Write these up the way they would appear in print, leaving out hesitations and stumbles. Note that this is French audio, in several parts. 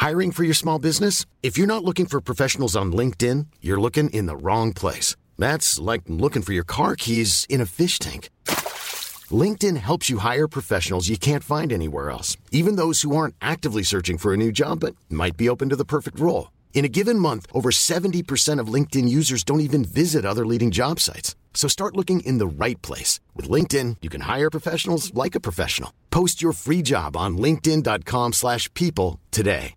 Hiring for your small business? If you're not looking for professionals on LinkedIn, you're looking in the wrong place. That's like looking for your car keys in a fish tank. LinkedIn helps you hire professionals you can't find anywhere else, even those who aren't actively searching for a new job but might be open to the perfect role. In a given month, over 70% of LinkedIn users don't even visit other leading job sites. So start looking in the right place. With LinkedIn, you can hire professionals like a professional. Post your free job on linkedin.com/people today.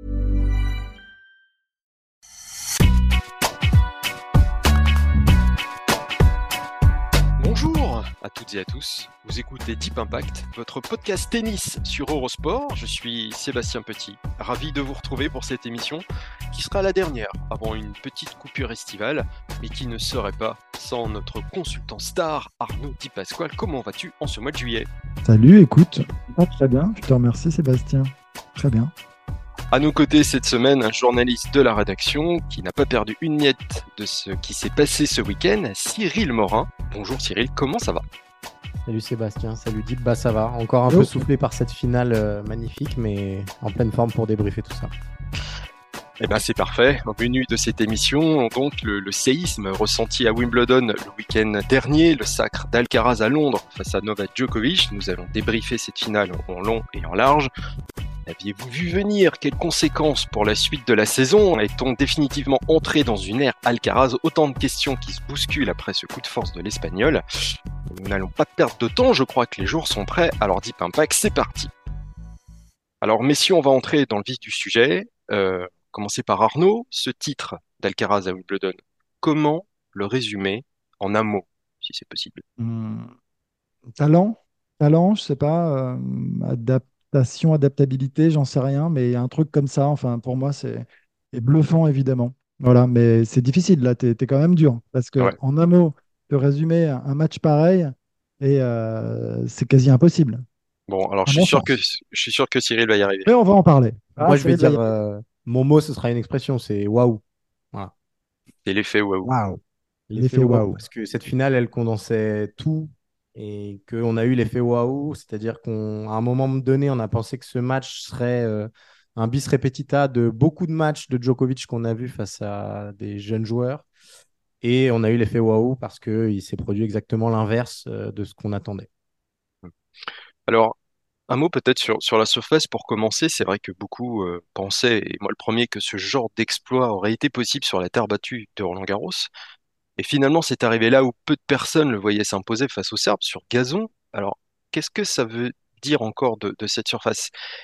Bonjour à toutes et à tous, vous écoutez Deep Impact, votre podcast tennis sur Eurosport. Je suis Sébastien Petit, ravi de vous retrouver pour cette émission qui sera la dernière avant une petite coupure estivale, mais qui ne serait pas sans notre consultant star Arnaud Di Pasquale. Comment vas-tu en ce mois de juillet ? Salut, écoute, très bien, je te remercie Sébastien, très bien. À nos côtés cette semaine, un journaliste de la rédaction qui n'a pas perdu une miette de ce qui s'est passé ce week-end, Cyril Morin. Bonjour Cyril, comment ça va ? Salut Sébastien, salut Deep, ça va. Encore un peu soufflé par cette finale magnifique, mais en pleine forme pour débriefer tout ça. Eh ben c'est parfait. Au menu de cette émission, donc le séisme ressenti à Wimbledon le week-end dernier, le sacre d'Alcaraz à Londres face à Novak Djokovic. Nous allons débriefer cette finale en long et en large. Aviez-vous vu venir? Quelles conséquences pour la suite de la saison? Est-on définitivement entré dans une ère Alcaraz? Autant de questions qui se bousculent après ce coup de force de l'Espagnol. Nous n'allons pas perdre de temps, je crois que les jours sont prêts. Alors Deep Impact, c'est parti. Alors messieurs, on va entrer dans le vif du sujet. Commencer par Arnaud, ce titre d'Alcaraz à Wimbledon. Comment le résumer en un mot, si c'est possible? Talent, je sais pas, adaptabilité, j'en sais rien, mais il y a un truc comme ça, enfin pour moi c'est bluffant évidemment. Voilà, mais c'est difficile là, t'es quand même dur, parce que Ouais. en un mot, de résumer un match pareil, et c'est quasi impossible, Bon, alors à je mon suis sûr que Cyril va y arriver. Mais on va en parler. Moi, je vais Cyril va y dire, arriver. mon mot, ce sera une expression, c'est waouh. Voilà. C'est l'effet waouh. Waouh, L'effet l'effet waouh, waouh. parce que cette finale, elle condensait tout et qu'on a eu l'effet waouh, c'est-à-dire qu'à un moment donné, on a pensé que ce match serait un bis repetita de beaucoup de matchs de Djokovic qu'on a vu face à des jeunes joueurs. Et on a eu l'effet waouh parce qu'il s'est produit exactement l'inverse de ce qu'on attendait. Alors, un mot peut-être sur la surface pour commencer. C'est vrai que beaucoup pensaient, et moi le premier, que ce genre d'exploit aurait été possible sur la terre battue de Roland-Garros. Et finalement, c'est arrivé là où peu de personnes le voyaient s'imposer face aux Serbes sur gazon. Alors, qu'est-ce que ça veut dire encore de cette surface?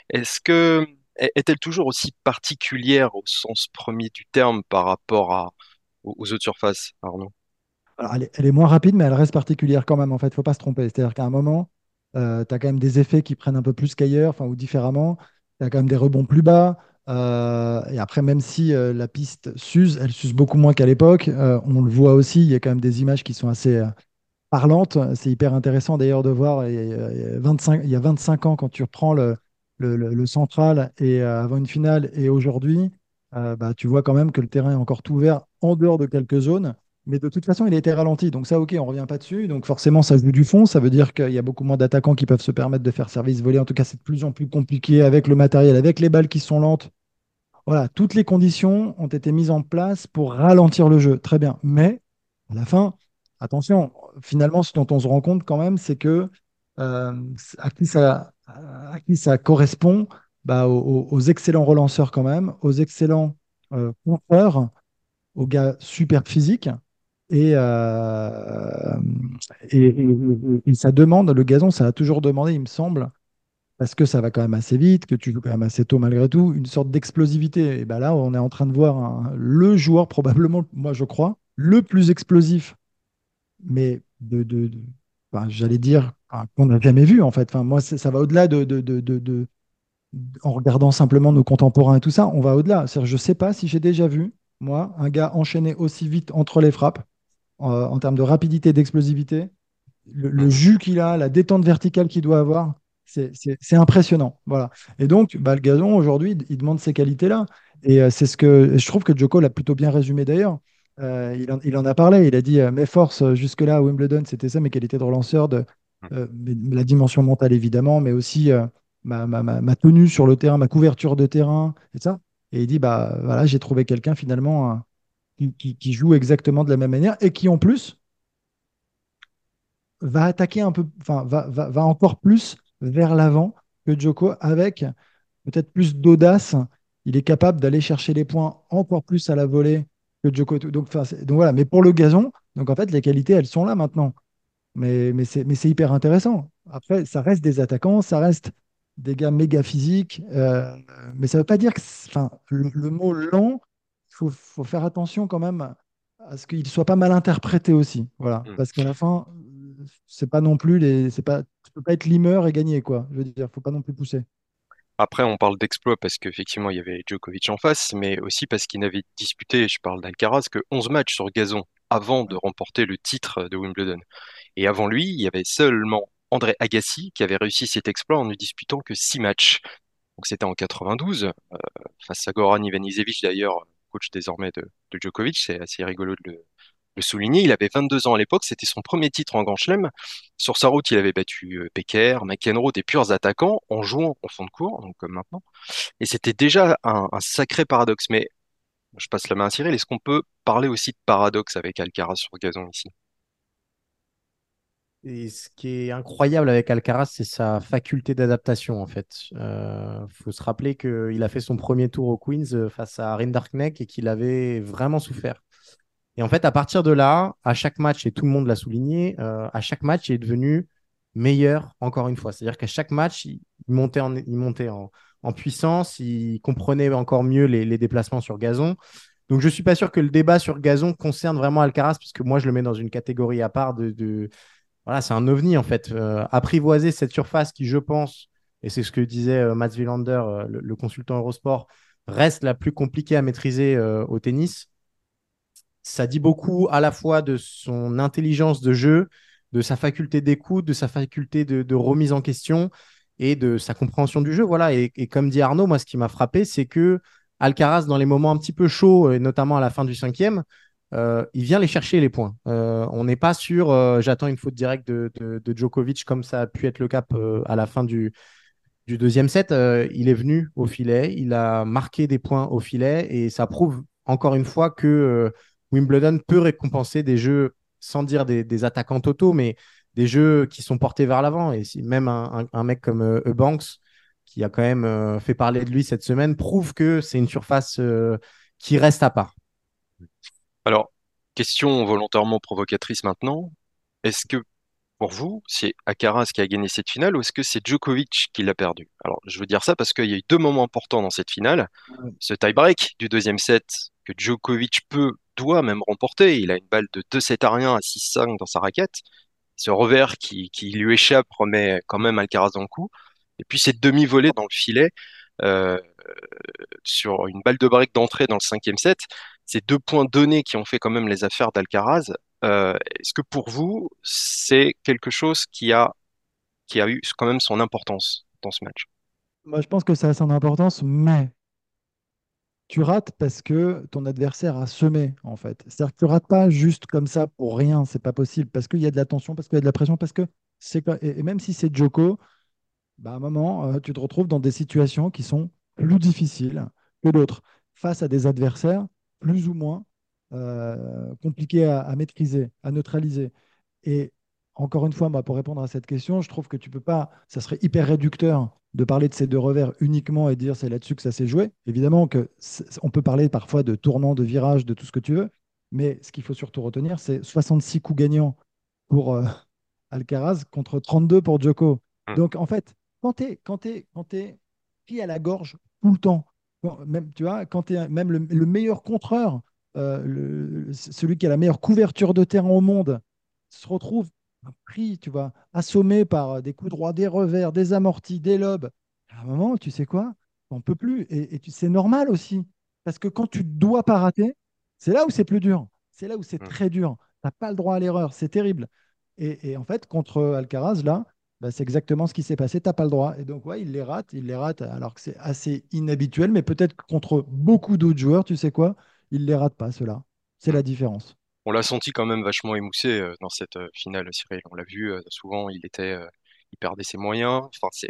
Est-elle toujours aussi particulière au sens premier du terme par rapport aux autres surfaces, Arnaud? Alors, elle est moins rapide, mais elle reste particulière quand même. En fait, il ne faut pas se tromper. C'est-à-dire qu'à un moment, tu as quand même des effets qui prennent un peu plus qu'ailleurs, enfin, ou différemment. Tu as quand même des rebonds plus bas. Et après, même si la piste s'use, elle s'use beaucoup moins qu'à l'époque. On le voit aussi, il y a quand même des images qui sont assez parlantes. C'est hyper intéressant d'ailleurs de voir. Il y a 25 ans, quand tu reprends le central et avant une finale et aujourd'hui, bah, tu vois quand même que le terrain est encore tout ouvert en dehors de quelques zones. Mais de toute façon, il a été ralenti. Donc ça, ok, on ne revient pas dessus. Donc forcément, ça joue du fond. Ça veut dire qu'il y a beaucoup moins d'attaquants qui peuvent se permettre de faire service volé. En tout cas, c'est de plus en plus compliqué avec le matériel, avec les balles qui sont lentes. Voilà, toutes les conditions ont été mises en place pour ralentir le jeu. Très bien. Mais à la fin, attention, finalement, ce dont on se rend compte quand même, c'est que euh, à qui ça correspond, bah, aux excellents relanceurs quand même, aux excellents contreurs, aux gars super physiques. Et, euh, et ça demande, le gazon, ça a toujours demandé, il me semble, parce que ça va quand même assez vite, que tu joues quand même assez tôt malgré tout, une sorte d'explosivité. Et ben là, on est en train de voir le joueur, probablement, moi je crois, le plus explosif, mais enfin, j'allais dire, enfin, qu'on n'a jamais vu en fait. Enfin, moi, ça va au-delà en regardant simplement nos contemporains et tout ça, on va au-delà. C'est-à-dire, je ne sais pas si j'ai déjà vu, moi, un gars enchaîner aussi vite entre les frappes en termes de rapidité et d'explosivité, le jus qu'il a, la détente verticale qu'il doit avoir, c'est impressionnant. Voilà. Et donc, bah, le gazon, aujourd'hui, il demande ces qualités-là. Et c'est ce que je trouve que Djoko l'a plutôt bien résumé d'ailleurs. Il en a parlé. Il a dit mes forces jusque-là à Wimbledon, c'était ça, mes qualités de relanceur, la dimension mentale évidemment, mais aussi ma tenue sur le terrain, ma couverture de terrain, et ça. Et il dit, bah voilà, j'ai trouvé quelqu'un finalement qui joue exactement de la même manière et qui en plus va attaquer un peu, enfin, va encore plus vers l'avant que Djoko avec peut-être plus d'audace. Il est capable d'aller chercher les points encore plus à la volée que Djoko. Donc, enfin, donc voilà, mais pour le gazon, donc en fait, les qualités, elles sont là maintenant. Mais c'est hyper intéressant. Après, ça reste des attaquants, ça reste des gars méga physiques, mais ça ne veut pas dire que, enfin, le mot lent, faut faire attention quand même à ce qu'il ne soit pas mal interprété aussi. Voilà, Hmm. parce qu'à la fin, c'est pas non plus c'est pas, tu peux pas être limeur et gagner quoi. Je veux dire, faut pas non plus pousser. Après, on parle d'exploit parce qu'effectivement, il y avait Djokovic en face, mais aussi parce qu'il n'avait disputé, je parle d'Alcaraz, que 11 matchs sur gazon avant de remporter le titre de Wimbledon. Et avant lui, il y avait seulement André Agassi qui avait réussi cet exploit en ne disputant que 6 matchs. Donc c'était en 92, face à Goran Ivanisevic d'ailleurs, coach désormais de Djokovic, c'est assez rigolo de le souligner. Il avait 22 ans à l'époque, c'était son premier titre en Grand Chelem. Sur sa route, il avait battu Becker, McEnroe, des purs attaquants, en jouant en fond de cours, donc comme maintenant. Et c'était déjà un sacré paradoxe. Mais je passe la main à Cyril, est-ce qu'on peut parler aussi de paradoxe avec Alcaraz sur gazon ici? Et ce qui est incroyable avec Alcaraz, c'est sa faculté d'adaptation, en fait. Faut se rappeler qu'il a fait son premier tour au Queens face à Rinderknecht et qu'il avait vraiment souffert. Et en fait, à partir de là, à chaque match, et tout le monde l'a souligné, à chaque match, il est devenu meilleur encore une fois. C'est-à-dire qu'à chaque match, il montait en puissance, il comprenait encore mieux les déplacements sur gazon. Donc, je ne suis pas sûr que le débat sur gazon concerne vraiment Alcaraz, puisque moi, je le mets dans une catégorie à part voilà, c'est un ovni en fait. Apprivoiser cette surface qui, je pense, et c'est ce que disait Mats Wilander, le consultant Eurosport, reste la plus compliquée à maîtriser au tennis. Ça dit beaucoup à la fois de son intelligence de jeu, de sa faculté d'écoute, de sa faculté de remise en question et de sa compréhension du jeu. Voilà. Et comme dit Arnaud, moi, ce qui m'a frappé, c'est que Alcaraz, dans les moments un petit peu chauds, et notamment à la fin du cinquième, il vient les chercher les points. On n'est pas sur j'attends une faute directe de Djokovic comme ça a pu être le cas à la fin du deuxième set. Il est venu au filet, il a marqué des points au filet et ça prouve encore une fois que Wimbledon peut récompenser des jeux, sans dire des attaquants totaux, mais des jeux qui sont portés vers l'avant. Et si même un mec comme Eubanks, qui a quand même fait parler de lui cette semaine, prouve que c'est une surface qui reste à part. Alors, question volontairement provocatrice maintenant. Est-ce que pour vous, c'est Alcaraz qui a gagné cette finale ou est-ce que c'est Djokovic qui l'a perdu? Alors, je veux dire ça parce qu'il y a eu deux moments importants dans cette finale. Ce tie-break du deuxième set que Djokovic doit même remporter. Il a une balle de 2-7 à rien à 6-5 dans sa raquette. Ce revers qui lui échappe remet quand même Alcaraz dans le coup. Et puis cette demi-volée dans le filet euh, sur une balle de break d'entrée dans le cinquième set. Ces deux points donnés qui ont fait quand même les affaires d'Alcaraz. Est-ce que pour vous, c'est quelque chose qui a eu quand même son importance dans ce match? Moi, je pense que ça a son importance, mais tu rates parce que ton adversaire a semé, en fait. C'est-à-dire que tu rates pas juste comme ça pour rien, c'est pas possible, parce qu'il y a de la tension, parce qu'il y a de la pression, parce que et même si c'est Joko, bah, à un moment, tu te retrouves dans des situations qui sont plus difficiles que d'autres, face à des adversaires plus ou moins compliqués à maîtriser, à neutraliser. Et encore une fois, moi, pour répondre à cette question, je trouve que tu peux pas, ça serait hyper réducteur de parler de ces deux revers uniquement et de dire c'est là-dessus que ça s'est joué. Évidemment que on peut parler parfois de tournant, de virage, de tout ce que tu veux, mais ce qu'il faut surtout retenir, c'est 66 coups gagnants pour Alcaraz contre 32 pour Djoko. Hmm. Donc en fait, quand t'es pris à la gorge tout le temps, même, tu vois, quand tu es même le meilleur contreur, celui qui a la meilleure couverture de terrain au monde, se retrouve pris, tu vois, assommé par des coups droits, des revers, des amortis, des lobes. À un moment, tu sais quoi? On peut plus. Et c'est normal aussi. Parce que quand tu dois pas rater, c'est là où c'est plus dur. C'est là où c'est Hmm. très dur. Tu n'as pas le droit à l'erreur. C'est terrible. Et en fait, contre Alcaraz, là, bah, c'est exactement ce qui s'est passé. Tu n'as pas le droit. Et donc, ouais, il les rate alors que c'est assez inhabituel. Mais peut-être que contre beaucoup d'autres joueurs, tu sais quoi? Il les rate pas, ceux-là. C'est Hmm. la différence. On l'a senti quand même vachement émoussé dans cette finale, Cyril. On l'a vu, souvent, il perdait ses moyens. Enfin,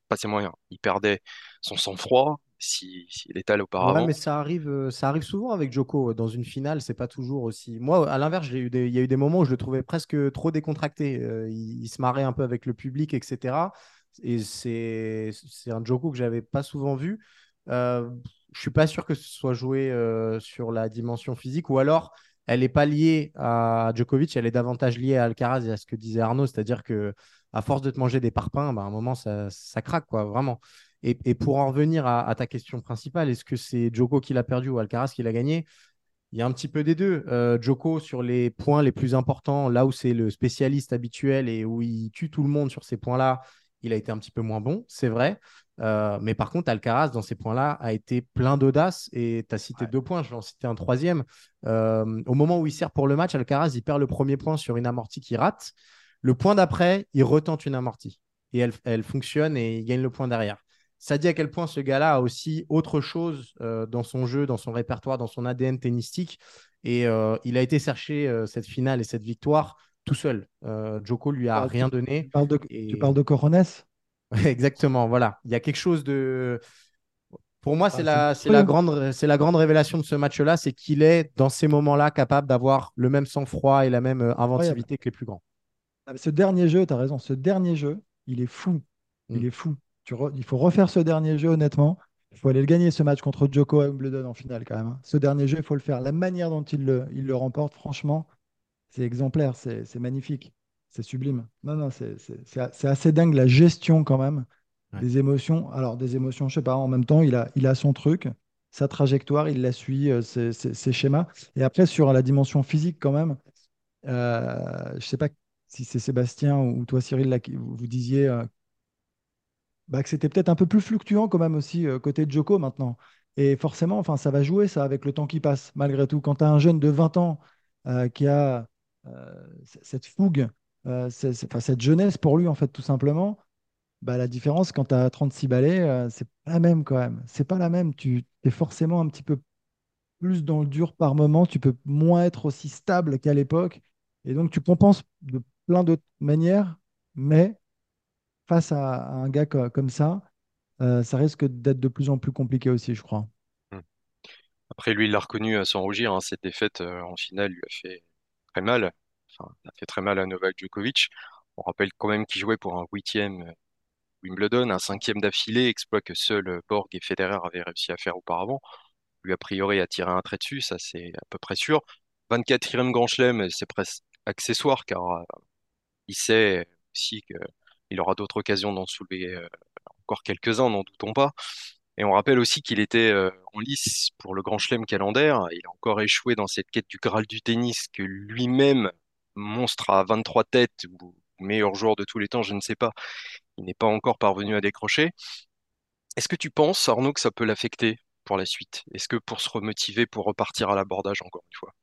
pas ses moyens. Il perdait son sang-froid s'il étale Ouais, auparavant. mais ça arrive souvent avec Djoko. Dans une finale, c'est pas toujours aussi. Moi, à l'inverse, il y a eu des moments où je le trouvais presque trop décontracté. Il se marrait un peu avec le public, etc. Et c'est un Djoko que j'avais pas souvent vu. Euh, je suis pas sûr que ce soit joué sur la dimension physique, ou alors elle n'est pas liée à Djokovic, elle est davantage liée à Alcaraz et à ce que disait Arnaud, c'est-à-dire que à force de te manger des parpaings, bah, à un moment ça craque, quoi, vraiment. Et pour en revenir à ta question principale, est-ce que c'est Djoko qui l'a perdu ou Alcaraz qui l'a gagné? Il y a un petit peu des deux. Djoko, sur les points les plus importants, là où c'est le spécialiste habituel et où il tue tout le monde sur ces points-là, il a été un petit peu moins bon, c'est vrai. Mais par contre, Alcaraz, dans ces points-là, a été plein d'audace. Et tu as cité Ouais. deux points, je vais en citer un troisième. Au moment où il sert pour le match, Alcaraz, il perd le premier point sur une amortie qu'il rate. Le point d'après, il retente une amortie. Et elle fonctionne et il gagne le point derrière. Ça dit à quel point ce gars-là a aussi autre chose dans son jeu, dans son répertoire, dans son ADN tennistique. Et il a été chercher cette finale et cette victoire tout seul. Djoko lui a Bah, rien donné. tu parles de Coronas? Exactement, voilà. Il y a quelque chose de. Pour moi, Bah, c'est monstrueux. c'est la grande révélation de ce match-là, c'est qu'il est, dans ces moments-là, capable d'avoir le même sang-froid et la même Incroyable. inventivité que les plus grands. Ah, mais ce dernier jeu, tu as raison, ce dernier jeu, il est fou. Mm. Il est fou. Il faut refaire ce dernier jeu, honnêtement. Il faut aller le gagner, ce match contre Djoko à Wimbledon en finale, quand même, hein. Ce dernier jeu, il faut le faire. La manière dont il le remporte, franchement, c'est exemplaire, c'est magnifique, c'est sublime. Non, non, c'est assez dingue la gestion, quand même, Ouais. des émotions. Alors, des émotions, je sais pas, en même temps, il a son truc, sa trajectoire, il la suit, ses schémas. Et après, sur la dimension physique, quand même, je ne sais pas si c'est Sébastien ou toi, Cyril, là, qui vous disiez bah, que c'était peut-être un peu plus fluctuant quand même aussi côté de Joko maintenant. Et forcément, enfin, ça va jouer ça avec le temps qui passe, malgré tout. Quand tu as un jeune de 20 ans qui a cette fougue, enfin, cette jeunesse pour lui, en fait, tout simplement, bah, la différence quand tu as 36 balais, c'est pas la même quand même. C'est pas la même. Tu es forcément un petit peu plus dans le dur par moment, tu peux moins être aussi stable qu'à l'époque. Et donc, tu compenses de plein d'autres manières, mais face à un gars comme ça, ça risque d'être de plus en plus compliqué aussi, je crois. Hmm. Après, lui, il l'a reconnu sans rougir, hein. Cette défaite en finale lui a fait très mal. Enfin, ça a fait très mal à Novak Djokovic. On rappelle quand même qu'il jouait pour un huitième Wimbledon, un cinquième d'affilée, exploit que seuls Borg et Federer avaient réussi à faire auparavant. Lui, a priori, a tiré un trait dessus, ça c'est à peu près sûr. 24e Grand Chelem, c'est presque accessoire, car il sait aussi qu'il aura d'autres occasions d'en soulever encore quelques-uns, n'en doutons pas. Et on rappelle aussi qu'il était en lice pour le Grand Chelem calendaire. Il a encore échoué dans cette quête du Graal du tennis que lui-même, monstre à 23 têtes ou meilleur joueur de tous les temps, je ne sais pas, il n'est pas encore parvenu à décrocher. Est-ce que tu penses, Arnaud, que ça peut l'affecter pour la suite? Est-ce que pour se remotiver, pour repartir à l'abordage encore une fois?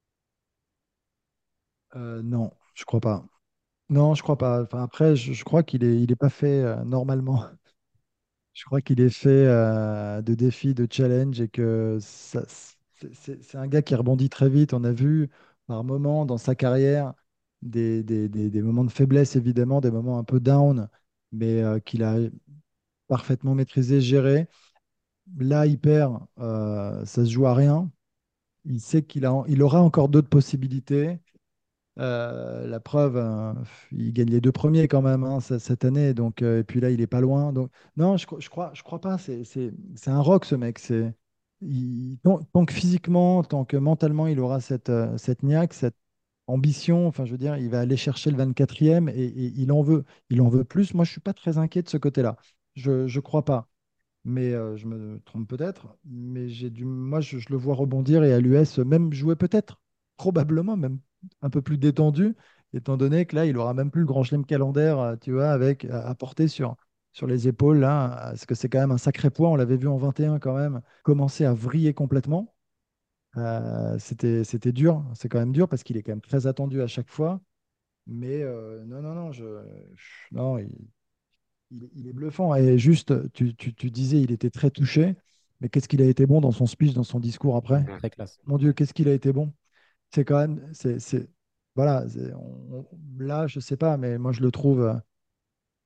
Non, je crois pas. Non, je crois pas. Enfin, après, je crois il est pas fait normalement. Je crois qu'il est fait de défis, de challenge et que c'est un gars qui rebondit très vite. On a vu par moments dans sa carrière des moments de faiblesse, évidemment, des moments un peu down, mais qu'il a parfaitement maîtrisé, géré. Là, il perd, ça se joue à rien. Il sait il aura encore d'autres possibilités. La preuve, il gagne les deux premiers quand même hein, cette année. Donc, et puis là, il est pas loin. Donc, non, je crois pas. C'est un rock, ce mec. Tant que physiquement, tant que mentalement, il aura cette niaque, cette ambition. Enfin, je veux dire, il va aller chercher le 24e et il en veut. Il en veut plus. Moi, je suis pas très inquiet de ce côté-là. Je crois pas. Mais je me trompe peut-être. Mais moi, je le vois rebondir et à l'US même jouer peut-être, probablement même un peu plus détendu, étant donné que là, il aura même plus le grand chelem calendaire, tu vois, avec à porter sur les épaules là, parce que c'est quand même un sacré poids. On l'avait vu en 21 quand même, commencer à vriller complètement. C'était dur. C'est quand même dur parce qu'il est quand même très attendu à chaque fois. Mais non, non, non, non, il est bluffant. Et juste, tu disais, il était très touché. Mais qu'est-ce qu'il a été bon dans son speech, dans son discours après? Mm. Très classe. Mon Dieu, qu'est-ce qu'il a été bon. C'est quand même, voilà, là, je sais pas, mais moi, je le trouve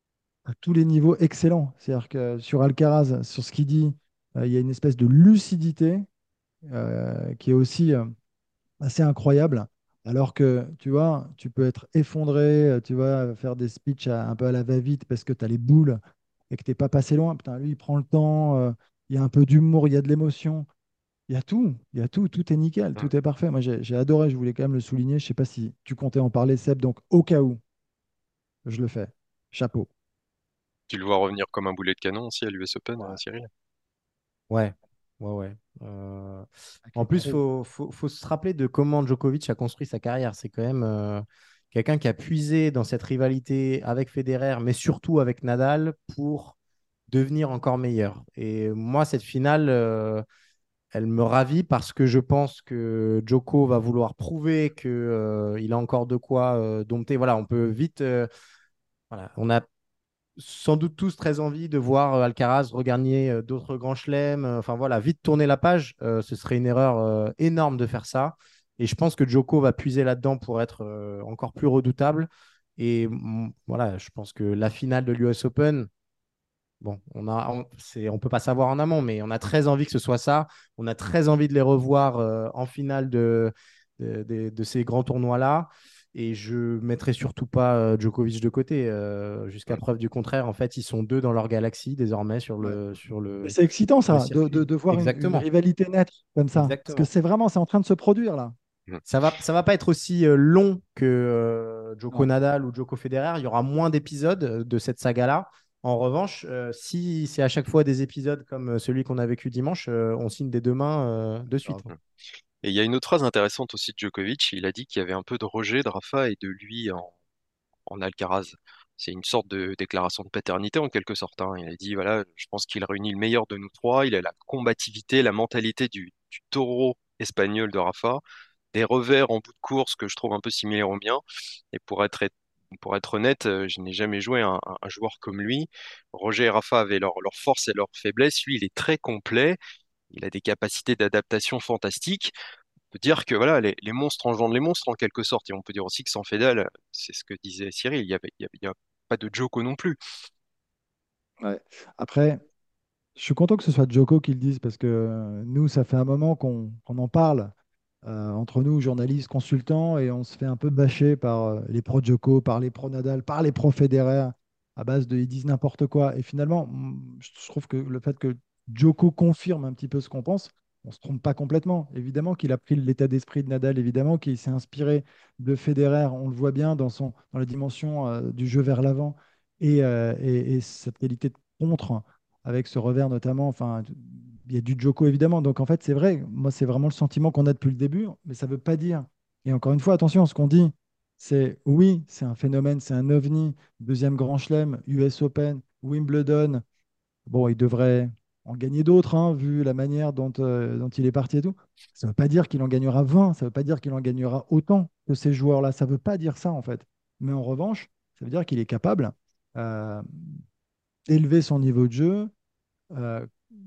à tous les niveaux excellent. C'est-à-dire que sur Alcaraz, sur ce qu'il dit, il y a une espèce de lucidité qui est aussi assez incroyable. Alors que, tu vois, tu peux être effondré, tu vois, faire des speeches un peu à la va-vite parce que tu as les boules et que tu n'es pas passé loin. Putain, lui, il prend le temps, il y a un peu d'humour, il y a de l'émotion. Il y a tout, tout est nickel, Mm. tout est parfait. Moi, j'ai adoré, je voulais quand même le souligner. Je sais pas si tu comptais en parler, Seb, donc au cas où, je le fais. Chapeau. Tu le vois revenir comme un boulet de canon aussi à l'US Open, Ouais, Cyril. Ouais, ouais, ouais. avec En les plus, carrés. faut se rappeler de comment Djokovic a construit sa carrière. C'est quand même quelqu'un qui a puisé dans cette rivalité avec Federer, mais surtout avec Nadal, pour devenir encore meilleur. Et moi, cette finale, elle me ravit parce que je pense que Djoko va vouloir prouver que, il a encore de quoi dompter. Voilà, on peut vite. Voilà, on a sans doute tous très envie de voir Alcaraz regagner d'autres grands chelems. Enfin voilà, vite tourner la page. Ce serait une erreur énorme de faire ça. Et je pense que Djoko va puiser là-dedans pour être encore plus redoutable. Et voilà, je pense que la finale de l'US Open, bon, on peut pas savoir en amont, mais on a très envie que ce soit ça. On a très envie de les revoir en finale de ces grands tournois-là. Et je mettrai surtout pas Djokovic de côté. Jusqu'à Mm. preuve du contraire, en fait, ils sont deux dans leur galaxie désormais Ouais. Mais c'est excitant, sur le ça, circuit. de voir une Exactement. rivalité naître comme ça. Parce que Exactement. c'est en train de se produire, là. Mm. Ça va pas être aussi long que Djoko Non. Nadal ou Djoko Federer. Il y aura moins d'épisodes de cette saga-là. En revanche, si c'est à chaque fois des épisodes comme celui qu'on a vécu dimanche, on signe des deux mains de suite. Grave. Et il y a une autre phrase intéressante aussi de Djokovic. Il a dit qu'il y avait un peu de rejet de Rafa et de lui en Alcaraz. C'est une sorte de déclaration de paternité en quelque sorte, hein. Il a dit, voilà, je pense qu'il réunit le meilleur de nous trois. Il a la combativité, la mentalité du taureau espagnol de Rafa, des revers en bout de course que je trouve un peu similaires au mien. Et pour être honnête, je n'ai jamais joué un joueur comme lui. Roger et Rafa avaient leurs forces et leurs faiblesses. Lui, il est très complet. Il a des capacités d'adaptation fantastiques. On peut dire que voilà, les monstres engendrent les monstres en quelque sorte. Et on peut dire aussi que sans Fedal, c'est ce que disait Cyril, il y a pas de Joko non plus. Ouais. Après, je suis content que ce soit Joko qui le dise parce que nous, ça fait un moment qu'on en parle entre nous, journalistes, consultants, et on se fait un peu bâcher par les pros Joko, par les pros Nadal, par les pros Federer, à base de ils disent n'importe quoi. Et finalement, je trouve que le fait que Joko confirme un petit peu ce qu'on pense, on se trompe pas complètement. Évidemment qu'il a pris l'état d'esprit de Nadal, évidemment qu'il s'est inspiré de Federer, on le voit bien dans la dimension du jeu vers l'avant et cette qualité de contre avec ce revers notamment. Enfin, il y a du Joko évidemment. Donc en fait, c'est vrai, moi, c'est vraiment le sentiment qu'on a depuis le début, mais ça ne veut pas dire. Et encore une fois, attention, ce qu'on dit, c'est oui, c'est un phénomène, c'est un ovni. Deuxième grand chelem, US Open, Wimbledon. Bon, il devrait en gagner d'autres, hein, vu la manière dont il est parti et tout. Ça ne veut pas dire qu'il en gagnera 20, ça ne veut pas dire qu'il en gagnera autant que ces joueurs-là. Ça ne veut pas dire ça, en fait. Mais en revanche, ça veut dire qu'il est capable euh, d'élever son niveau de jeu, euh,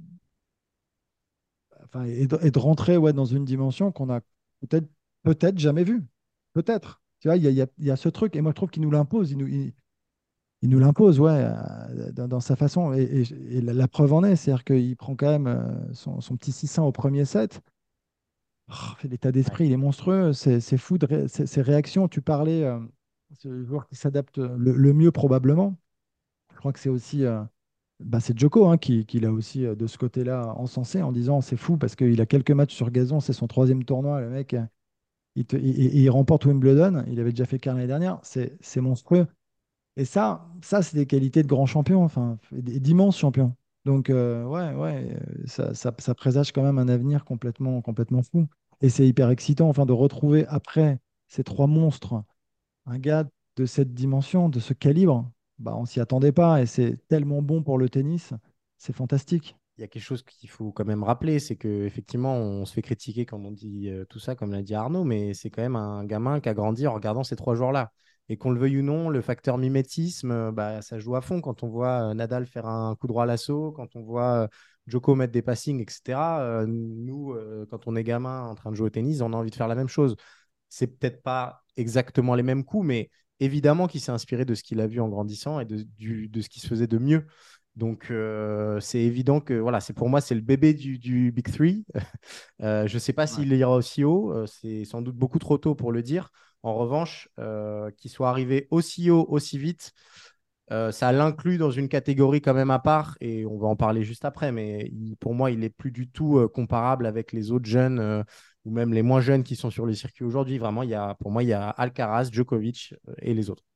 enfin, et de rentrer ouais, dans une dimension qu'on a peut-être jamais vue. Peut-être. Tu vois, il y a ce truc, et moi je trouve qu'il nous l'impose. Il nous l'impose, ouais, dans sa façon. Et la preuve en est, c'est-à-dire qu'il prend quand même son petit 600 au premier set. L'état Ouais. d'esprit, il est monstrueux. C'est fou, ses réactions. Tu parlais, c'est le joueur qui s'adapte le mieux probablement. Je crois que c'est aussi bah, c'est Djoko hein, qui l'a aussi de ce côté-là encensé en disant c'est fou parce qu'il a quelques matchs sur gazon, c'est son troisième tournoi, le mec, il remporte Wimbledon, il avait déjà fait quart l'année dernière, c'est monstrueux. Et ça c'est des qualités de grand champion, enfin, d'immenses champions. Donc, ouais, ça présage quand même un avenir complètement fou. Et c'est hyper excitant, enfin, de retrouver après ces trois monstres un gars de cette dimension, de ce calibre, bah, on s'y attendait pas et c'est tellement bon pour le tennis, c'est fantastique. Il y a quelque chose qu'il faut quand même rappeler, c'est qu'effectivement, on se fait critiquer quand on dit tout ça, comme l'a dit Arnaud, mais c'est quand même un gamin qui a grandi en regardant ces trois joueurs-là. Et qu'on le veuille ou non, le facteur mimétisme, bah, ça joue à fond quand on voit Nadal faire un coup droit à l'assaut, quand on voit Djoko mettre des passings, etc. Nous, quand on est gamin en train de jouer au tennis, on a envie de faire la même chose. C'est peut-être pas exactement les mêmes coups, mais évidemment qu'il s'est inspiré de ce qu'il a vu en grandissant et de ce qui se faisait de mieux. Donc, c'est évident que voilà, pour moi, c'est le bébé du Big Three. Je ne sais pas Ouais. s'il ira aussi haut. C'est sans doute beaucoup trop tôt pour le dire. En revanche, qu'il soit arrivé aussi haut, aussi vite, ça l'inclut dans une catégorie quand même à part. Et on va en parler juste après. Mais pour moi, il n'est plus du tout comparable avec les autres jeunes ou même les moins jeunes qui sont sur le circuit aujourd'hui. Vraiment, pour moi, il y a Alcaraz, Djokovic et les autres.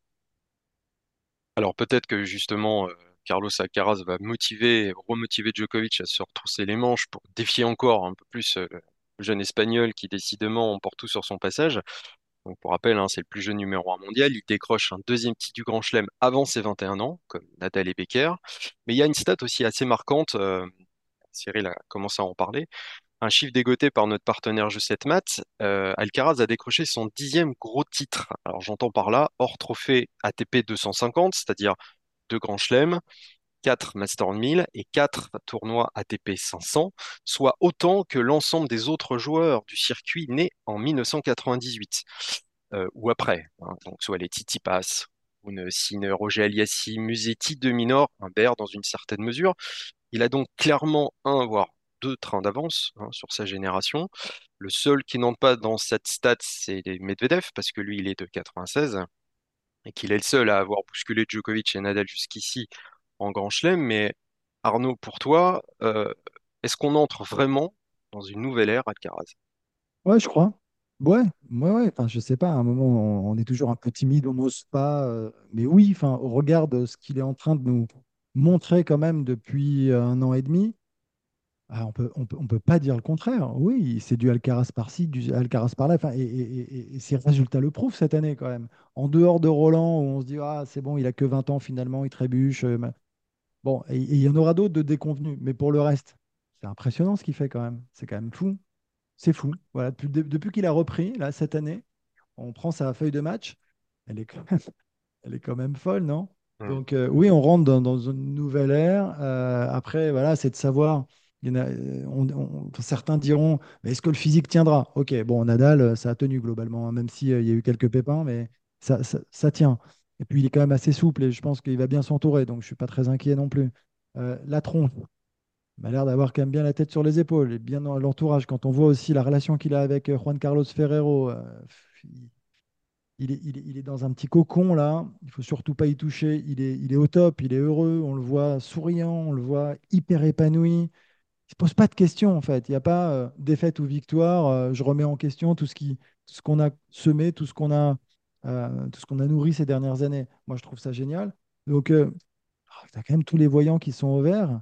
Alors peut-être que justement, Carlos Alcaraz va remotiver Djokovic à se retrousser les manches pour défier encore un peu plus le jeune Espagnol qui décidément emporte tout sur son passage. Donc pour rappel, hein, c'est le plus jeune numéro un mondial. Il décroche un deuxième titre du Grand Chelem avant ses 21 ans, comme Nadal et Becker. Mais il y a une stat aussi assez marquante, Cyril a commencé à en parler, un chiffre dégoté par notre partenaire G7 Mat, Alcaraz a décroché son 10e gros titre. Alors j'entends par là, hors trophée ATP 250, c'est-à-dire deux grands chelems, 4 Master 1000 et 4 tournois ATP 500, soit autant que l'ensemble des autres joueurs du circuit nés en 1998 ou après. Hein. Donc soit les Tsitsipas, une Sinner, Roger Aliassim, Musetti, Deminor, Humbert dans une certaine mesure. Il a donc clairement un, voire deux trains d'avance hein, sur sa génération. Le seul qui n'entre pas dans cette stat, c'est Medvedev, parce que lui, il est de 96 et qu'il est le seul à avoir bousculé Djokovic et Nadal jusqu'ici en Grand Chelem. Mais Arnaud, pour toi, est-ce qu'on entre vraiment dans une nouvelle ère Alcaraz? Ouais, je crois. Ouais, ouais, ouais. Enfin, je sais pas, à un moment, on est toujours un peu timide, on n'ose pas. Mais oui, enfin, au regard de ce qu'il est en train de nous montrer quand même depuis un an et demi, on peut pas dire le contraire. Oui, c'est du Alcaraz par-ci, du Alcaraz par-là. Enfin, et ses résultats le prouvent cette année quand même. En dehors de Roland, où on se dit, ah, c'est bon, il a que 20 ans finalement, il trébuche. Bon, et il y en aura d'autres de déconvenus. Mais pour le reste, c'est impressionnant ce qu'il fait quand même. C'est quand même fou. C'est fou. Voilà, depuis qu'il a repris, là, cette année, on prend sa feuille de match, elle est quand même, elle est quand même folle, non? Hmm. Donc, oui, on rentre dans une nouvelle ère. Après, voilà, c'est de savoir. Il y en a, certains diront, mais est-ce que le physique tiendra? Ok, bon, Nadal, ça a tenu globalement, hein, même s'il y a eu quelques pépins, mais ça tient. Et puis, il est quand même assez souple et je pense qu'il va bien s'entourer, donc je ne suis pas très inquiet non plus. La tronche, il m'a l'air d'avoir quand même bien la tête sur les épaules et bien dans l'entourage. Quand on voit aussi la relation qu'il a avec Juan Carlos Ferrero, il est dans un petit cocon là. Il faut surtout pas y toucher. Il est au top, il est heureux. On le voit souriant, on le voit hyper épanoui. Il se pose pas de questions en fait. Il n'y a pas défaite ou victoire. Je remets en question tout ce qu'on a semé, tout ce qu'on a nourri ces dernières années. Moi, je trouve ça génial. Donc, tu as quand même tous les voyants qui sont au vert.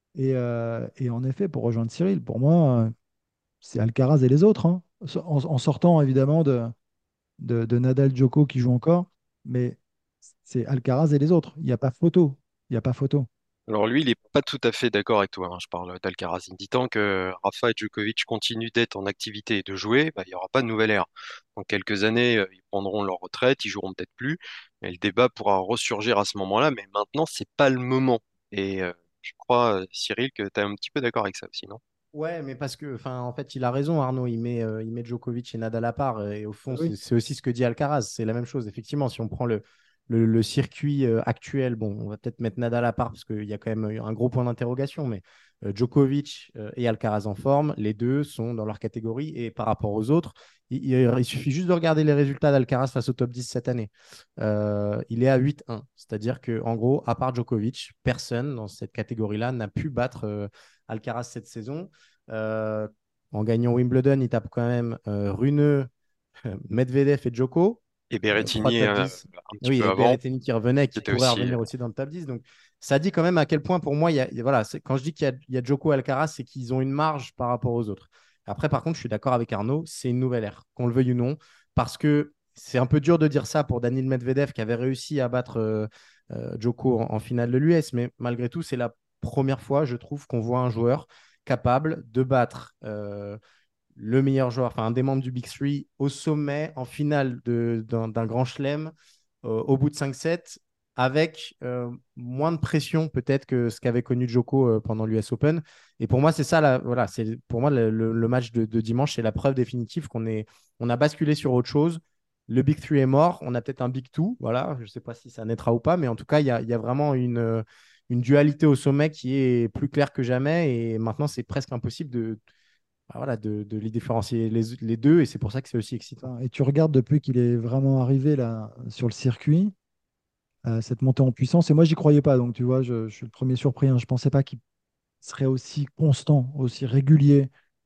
Et en effet, pour rejoindre Cyril, pour moi, c'est Alcaraz et les autres, hein. En sortant évidemment de Nadal Djoko qui joue encore, mais c'est Alcaraz et les autres. Il n'y a pas photo. Il n'y a pas photo. Alors lui, il n'est pas tout à fait d'accord avec toi, hein. Je parle d'Alcaraz. Il me dit tant que Rafa et Djokovic continuent d'être en activité et de jouer, bah, il n'y aura pas de nouvelle ère. Dans quelques années, ils prendront leur retraite, ils joueront peut-être plus, mais le débat pourra ressurgir à ce moment-là. Mais maintenant, c'est pas le moment. Et je crois, Cyril, que tu es un petit peu d'accord avec ça aussi, non? Ouais, mais parce que, enfin, en fait, il a raison, Arnaud. Il met Djokovic et Nadal à part. Et au fond, Oui. c'est aussi ce que dit Alcaraz. C'est la même chose. Effectivement, si on prend le circuit actuel, bon, on va peut-être mettre Nadal à part parce qu'il y a quand même un gros point d'interrogation. Mais Djokovic et Alcaraz en forme, les deux sont dans leur catégorie. Et par rapport aux autres, il suffit juste de regarder les résultats d'Alcaraz face au top 10 cette année. Il est à 8-1. C'est-à-dire que, en gros, à part Djokovic, personne dans cette catégorie-là n'a pu battre Alcaraz cette saison. Euh, En gagnant Wimbledon, il tape quand même Rune, Medvedev et Djoko, Et trois Berrettini, top 10. un petit Oui, peu et avant, Berrettini qui revenait, qui qui était pourrait aussi. revenir aussi dans le top 10. Donc, ça dit quand même à quel point, pour moi, voilà, quand je dis qu'il y a Djoko et Alcaraz, c'est qu'ils ont une marge par rapport aux autres. Après, par contre, je suis d'accord avec Arnaud, c'est une nouvelle ère, qu'on le veuille ou non, parce que c'est un peu dur de dire ça pour Daniil Medvedev qui avait réussi à battre Djoko en finale de l'US, mais malgré tout, c'est la première fois, je trouve, qu'on voit un joueur capable de battre le meilleur joueur, enfin un des membres du Big Three, au sommet, en finale d'un grand chelem, au bout de 5 sets, avec moins de pression peut-être que ce qu'avait connu Djoko pendant l'US Open. Et pour moi, c'est ça, voilà, c'est pour moi le match de dimanche, c'est la preuve définitive on a basculé sur autre chose. le Big Three est mort. On a peut-être un Big Two. Voilà, je ne sais pas si ça naîtra ou pas, mais en tout cas, il y a vraiment une dualité au sommet qui est plus claire que jamais. Et maintenant, c'est presque impossible voilà, de les différencier les deux. Et c'est pour ça que c'est aussi excitant. Enfin, et tu regardes depuis qu'il est vraiment arrivé là sur le circuit, cette montée en puissance. Et moi, j'y croyais pas. Donc, tu vois, je suis le premier surpris, hein. Je pensais pas qu'il serait aussi constant, aussi régulier.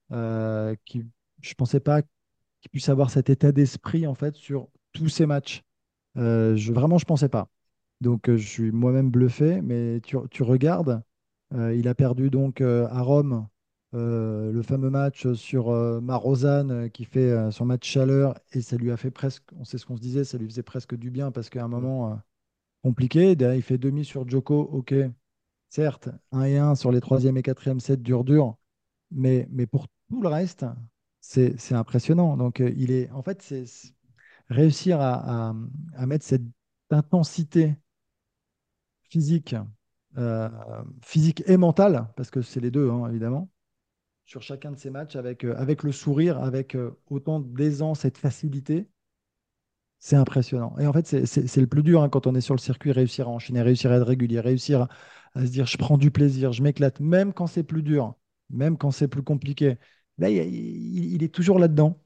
Je pensais pas qu'il puisse avoir cet état d'esprit en fait sur tous ces matchs. Vraiment, je pensais pas. Donc, je suis moi-même bluffé. Mais tu regardes, il a perdu donc à Rome le fameux match sur Marozane qui fait son match chaleur et ça lui a fait presque, on sait ce qu'on se disait, ça lui faisait presque du bien parce qu'à un Mm. moment compliqué, derrière, il fait demi sur Djoko, ok, certes, 1 et 1 sur les troisième et quatrième sets dur, mais pour tout le reste, c'est impressionnant. Donc, en fait, c'est réussir à mettre cette intensité physique, euh, physique et mentale, parce que c'est les deux, hein, évidemment, sur chacun de ces matchs avec le sourire, avec autant d'aisance et de facilité. C'est impressionnant. Et en fait, c'est le plus dur hein, quand on est sur le circuit, réussir à enchaîner, réussir à être régulier, réussir à se dire je prends du plaisir, je m'éclate, même quand c'est plus dur, même quand c'est plus compliqué. Là, il est toujours là-dedans.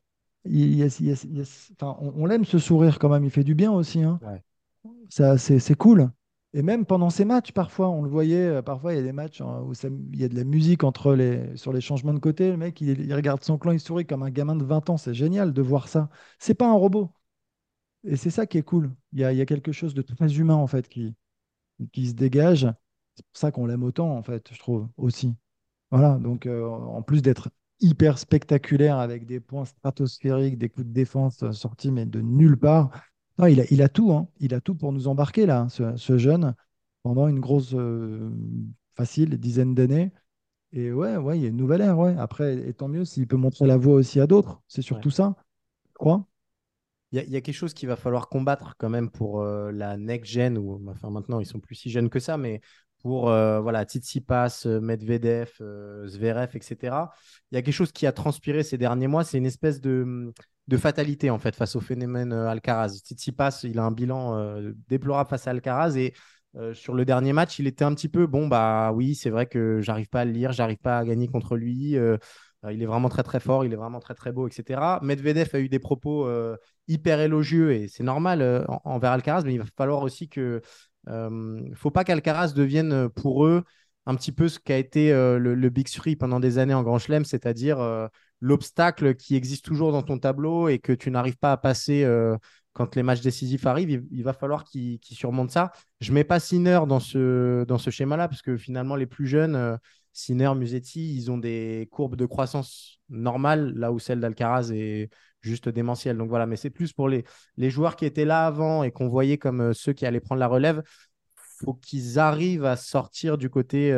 Enfin, on l'aime ce sourire quand même, il fait du bien aussi, hein. Ouais. Ça, c'est cool. Et même pendant ces matchs, parfois, on le voyait, parfois il y a des matchs hein, où il y a de la musique sur les changements de côté. Le mec, il regarde son clan, il sourit comme un gamin de 20 ans. C'est génial de voir ça. C'est pas un robot. Et c'est ça qui est cool. Il y a quelque chose de très humain, en fait, qui se dégage. C'est pour ça qu'on l'aime autant, en fait, je trouve, aussi. Voilà, donc en plus d'être hyper spectaculaire avec des points stratosphériques, des coups de défense sortis, mais de nulle part. Non, il a tout, hein. Il a tout pour nous embarquer, là, hein, ce jeune, pendant une grosse, facile dizaine d'années. Et ouais, il y a une nouvelle ère, ouais. Après, et tant mieux s'il peut montrer la voie aussi à d'autres. C'est Ouais. surtout ça, je crois. Il y a quelque chose qu'il va falloir combattre quand même pour la next gen, ou enfin maintenant ils sont plus si jeunes que ça, mais pour voilà, Tsitsipas, Medvedev, Zverev, etc. Il y a quelque chose qui a transpiré ces derniers mois, c'est une espèce de fatalité en fait face au phénomène Alcaraz. Tsitsipas, il a un bilan déplorable face à Alcaraz et sur le dernier match, il était un petit peu bon, bah oui, c'est vrai que j'arrive pas à le lire, j'arrive pas à gagner contre lui. Il est vraiment très très fort, il est vraiment très très beau, etc. Medvedev a eu des propos hyper élogieux et c'est normal envers Alcaraz, mais il va falloir aussi que. Faut pas qu'Alcaraz devienne pour eux un petit peu ce qu'a été le Big Three pendant des années en Grand Chelem, c'est-à-dire l'obstacle qui existe toujours dans ton tableau et que tu n'arrives pas à passer quand les matchs décisifs arrivent. Il va falloir qu'il surmonte ça. Je mets pas Sinner dans ce schéma-là, parce que finalement, les plus jeunes, Sinner, Musetti, ils ont des courbes de croissance normales, là où celle d'Alcaraz est juste démentielle. Donc voilà, mais c'est plus pour les joueurs qui étaient là avant et qu'on voyait comme ceux qui allaient prendre la relève. Faut qu'ils arrivent à sortir du côté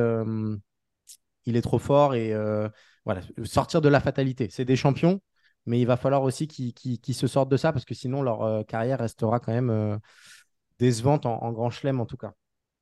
il est trop fort et voilà, sortir de la fatalité. C'est des champions, mais il va falloir aussi qu'ils se sortent de ça parce que sinon leur carrière restera quand même décevante en grand chelem en tout cas.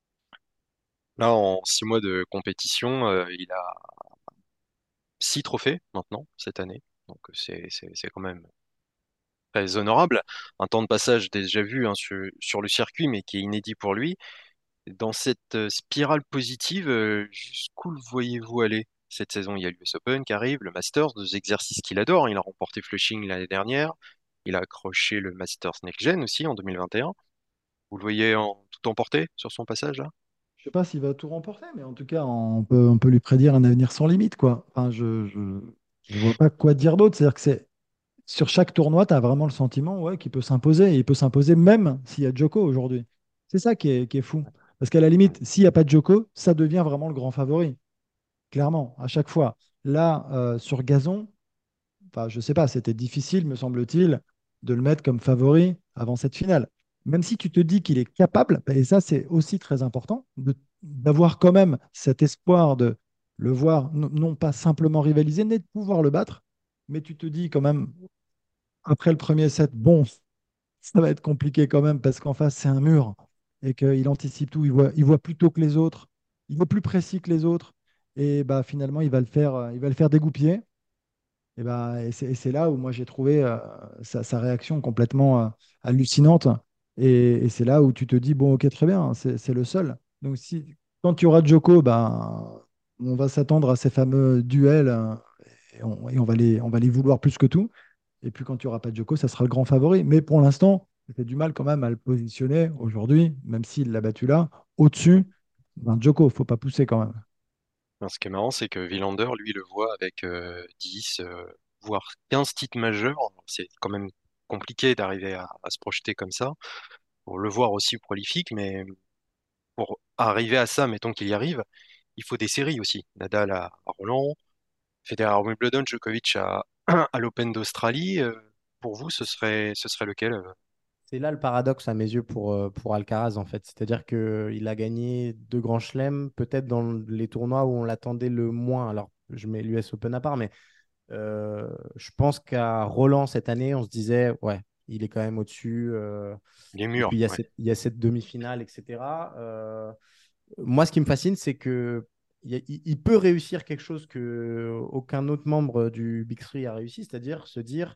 Là, en 6 mois de compétition, il a 6 trophées maintenant cette année. Donc c'est quand même très honorable. Un temps de passage déjà vu hein, sur le circuit, mais qui est inédit pour lui. Dans cette spirale positive, jusqu'où le voyez-vous aller cette saison? Il y a l'US Open qui arrive, le Masters, deux exercices qu'il adore. Il a remporté Flushing l'année dernière. Il a accroché le Masters Next Gen aussi en 2021. Vous le voyez tout emporté sur son passage là? Je sais pas s'il va tout remporter, mais en tout cas, on peut lui prédire un avenir sans limite, quoi. Enfin, je vois pas quoi dire d'autre. C'est-à-dire que sur chaque tournoi, tu as vraiment le sentiment ouais, qu'il peut s'imposer. Et il peut s'imposer même s'il y a Djoko aujourd'hui. C'est ça qui est fou. Parce qu'à la limite, s'il n'y a pas de Djoko, ça devient vraiment le grand favori. Clairement, à chaque fois. Là, sur gazon, enfin, je sais pas, c'était difficile, me semble-t-il, de le mettre comme favori avant cette finale. Même si tu te dis qu'il est capable, et ça c'est aussi très important, d'avoir quand même cet espoir de le voir, non pas simplement rivaliser, mais de pouvoir le battre. Mais tu te dis quand même, après le premier set, bon, ça va être compliqué quand même parce qu'en face c'est un mur et qu'il anticipe tout, il voit plus tôt que les autres, il voit plus précis que les autres. Et bah finalement, il va le faire dégoupiller. Et c'est là où moi j'ai trouvé sa réaction complètement hallucinante. Et c'est là où tu te dis, bon, ok, très bien, c'est le seul. Donc quand tu auras Djoko, on va s'attendre à ces fameux duels et on va les vouloir plus que tout. Et puis quand tu n'auras pas Djoko, ça sera le grand favori. Mais pour l'instant, j'ai du mal quand même à le positionner aujourd'hui, même s'il l'a battu là, au-dessus Djoko. Faut pas pousser quand même. Ce qui est marrant, c'est que Villander, lui, le voit avec 10, voire 15 titres majeurs. C'est quand même compliqué d'arriver à se projeter comme ça. Pour le voir aussi prolifique, mais pour arriver à ça, mettons qu'il y arrive, il faut des séries aussi. Nadal à Roland, Federer à Wimbledon, Djokovic à l'Open d'Australie. Pour vous, ce serait lequel? C'est là le paradoxe à mes yeux pour Alcaraz, en fait. C'est-à-dire qu'il a gagné deux grands chelems, peut-être dans les tournois où on l'attendait le moins. Alors, je mets l'US Open à part, mais je pense qu'à Roland cette année, on se disait, ouais, il est quand même au-dessus. Les Et murs, puis, ouais. il y a cette demi-finale, etc. Moi, ce qui me fascine, c'est que il peut réussir quelque chose que aucun autre membre du Big Three a réussi, c'est-à-dire se dire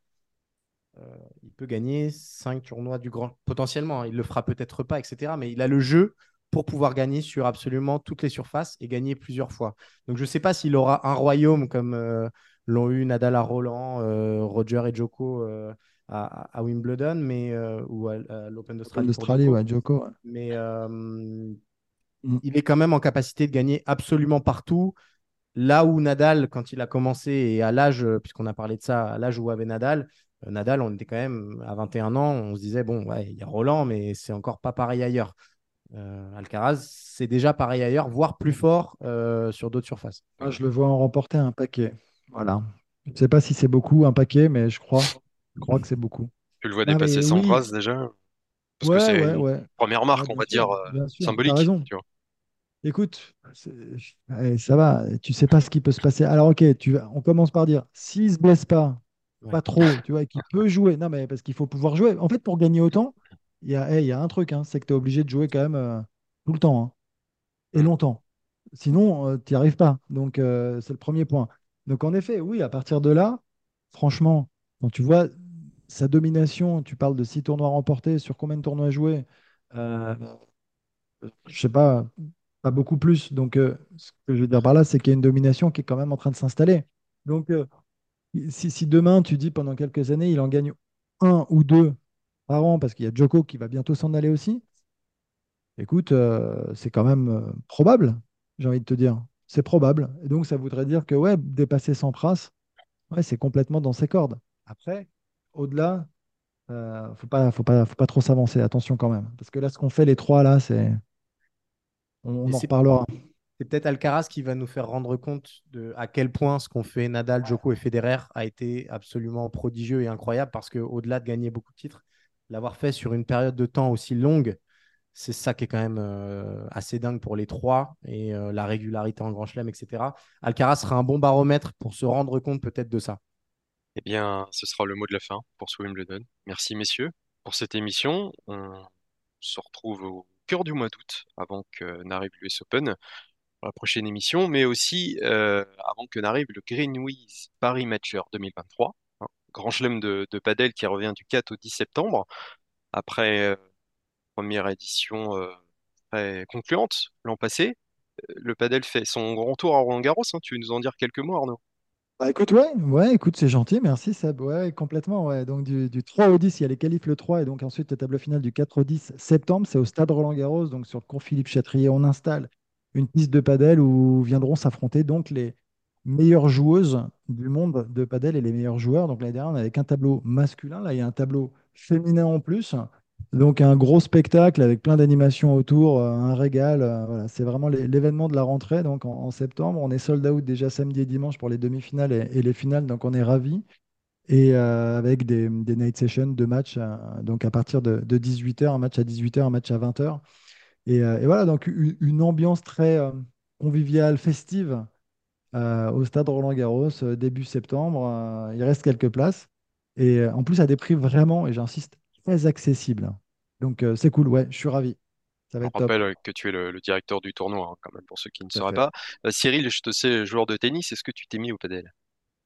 il peut gagner 5 tournois du grand. Potentiellement, hein, il le fera peut-être pas, etc. Mais il a le jeu pour pouvoir gagner sur absolument toutes les surfaces et gagner plusieurs fois. Donc, je ne sais pas s'il aura un royaume comme l'ont eu Nadal à Roland, Roger et Djoko à Wimbledon, ou à l'Open Open d'Australie pour d'Australie, Djoko. ouais, Djoko. Ouais. Mais Mm. il est quand même en capacité de gagner absolument partout. Là où Nadal, quand il a commencé, et à l'âge, puisqu'on a parlé de ça, à l'âge où avait Nadal, Nadal, on était quand même à 21 ans, on se disait, bon, ouais, il y a Roland, mais c'est encore pas pareil ailleurs. Alcaraz, c'est déjà pareil ailleurs, voire plus fort sur d'autres surfaces. Ah, je le vois en remporter un paquet. Voilà. Je ne sais pas si c'est beaucoup, un paquet, mais je crois que c'est beaucoup. Tu le vois Non, dépasser mais oui, Sampras déjà? Parce que ouais, c'est ouais, une ouais. première Ouais, marque, on bien va dire, sûr, bien sûr, t'as symbolique, raison. tu vois. Écoute, ça va, tu sais pas ce qui peut se passer. Alors, ok, on commence par dire, s'il se blesse Ouais. pas trop, tu vois, et qu'il peut jouer, non, mais parce qu'il faut pouvoir jouer. En fait, pour gagner autant, il y a un truc, hein, c'est que tu es obligé de jouer quand même tout le temps, hein, et Mm. longtemps. Sinon, tu n'y arrives pas. Donc, c'est le premier point. Donc, en effet, oui, à partir de là, franchement, quand tu vois sa domination, tu parles de 6 tournois remportés, sur combien de tournois joués? Euh, je sais pas beaucoup plus. Donc, ce que je veux dire par là, c'est qu'il y a une domination qui est quand même en train de s'installer. Donc, si demain, tu dis pendant quelques années, il en gagne un ou deux par an, parce qu'il y a Djoko qui va bientôt s'en aller aussi, écoute, c'est quand même probable, j'ai envie de te dire. C'est probable. Et donc, ça voudrait dire que, ouais, dépasser Sampras, ouais, c'est complètement dans ses cordes. Après, au-delà, faut pas trop s'avancer. Attention quand même. Parce que là, ce qu'on fait les trois, là, on Et en c'est reparlera. c'est peut-être Alcaraz qui va nous faire rendre compte de à quel point ce qu'ont fait Nadal, Djoko et Federer a été absolument prodigieux et incroyable parce qu'au-delà de gagner beaucoup de titres, l'avoir fait sur une période de temps aussi longue, c'est ça qui est quand même assez dingue pour les trois et la régularité en Grand Chelem, etc. Alcaraz sera un bon baromètre pour se rendre compte peut-être de ça. Eh bien, ce sera le mot de la fin pour ce Wimbledon. Merci, messieurs, pour cette émission. On se retrouve au cœur du mois d'août, avant que n'arrive l'US Open, pour la prochaine émission, mais aussi avant que n'arrive le Greenwich Paris Matcher 2023, hein, grand chelem de padel qui revient du 4 au 10 septembre, après première édition très concluante l'an passé. Le padel fait son grand tour à Roland-Garros, hein. Tu veux nous en dire quelques mots, Arnaud? Bah, écoute, ouais, ouais, écoute, c'est gentil, merci Seb. Ouais, complètement. Ouais. Donc du 3 au 10, il y a les qualifs le 3 et donc ensuite la table finale du 4 au 10 septembre, c'est au stade Roland-Garros, donc sur le cours Philippe Chatrier, on installe une piste de padel où viendront s'affronter donc les meilleures joueuses du monde de padel et les meilleurs joueurs. Donc l'année dernière, on avait qu'un tableau masculin, là il y a un tableau féminin en plus. Donc un gros spectacle avec plein d'animations autour, un régal. Voilà, c'est vraiment l'événement de la rentrée. Donc en septembre, on est sold out déjà samedi et dimanche pour les demi-finales et les finales. Donc on est ravis. Et avec des night sessions, deux matchs. Donc à partir de 18h, un match à 18h, un match à 20h. Et voilà, donc une ambiance très conviviale, festive au stade Roland-Garros, début septembre. Il reste quelques places. Et en plus, à des prix vraiment, et j'insiste, très accessibles. Donc, c'est cool, ouais, je suis ravi. Ça va On être top. rappelle que tu es le directeur du tournoi, hein, quand même, pour ceux qui ne Tout à sauraient fait. pas. Cyril, je te sais joueur de tennis, est-ce que tu t'es mis au padel?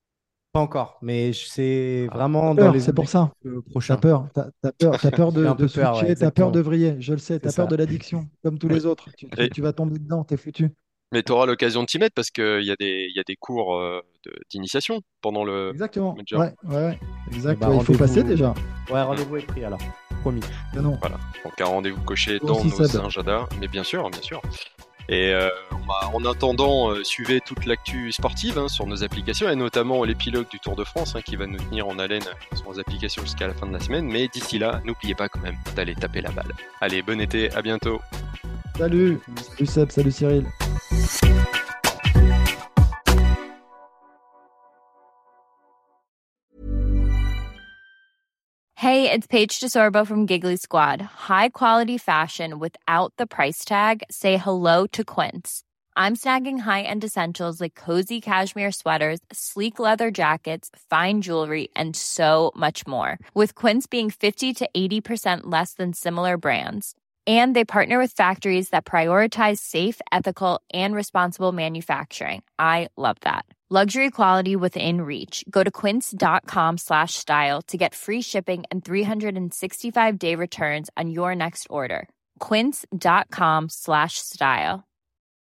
Pas encore, mais c'est vraiment dans Peur, les c'est pour ça. objectifs T'as prochains. peur, t'as peur J'ai un de peu peur, ouais, switcher, t'as peur de exactement. vriller, je le sais, C'est t'as peur ça. de l'addiction, comme tous Oui. les autres. Et, Tu vas tomber dedans, t'es foutu. mais tu auras l'occasion de t'y mettre parce qu'il il y a des cours d'initiation pendant le Exactement. major. Ouais. Et Exact. bah, Ouais, il faut passer rendez-vous. déjà. Ouais, rendez-vous est pris alors. Promis. Canon. Voilà. Donc un rendez-vous coché Toi dans aussi, nos Seb. agendas. Mais bien sûr, bien sûr. Et en attendant, suivez toute l'actu sportive sur nos applications et notamment l'épilogue du Tour de France qui va nous tenir en haleine sur nos applications jusqu'à la fin de la semaine. Mais d'ici là, n'oubliez pas quand même d'aller taper la balle. Allez, bon été, à bientôt. Salut. Salut Seb, salut Cyril. Hey, it's Paige DeSorbo from Giggly Squad. High quality fashion without the price tag. Say hello to Quince. I'm snagging high-end essentials like cozy cashmere sweaters, sleek leather jackets, fine jewelry, and so much more. With Quince being 50 to 80% less than similar brands. And they partner with factories that prioritize safe, ethical, and responsible manufacturing. I love that. Luxury quality within reach. Go to quince.com/style to get free shipping and 365-day returns on your next order. Quince.com/style.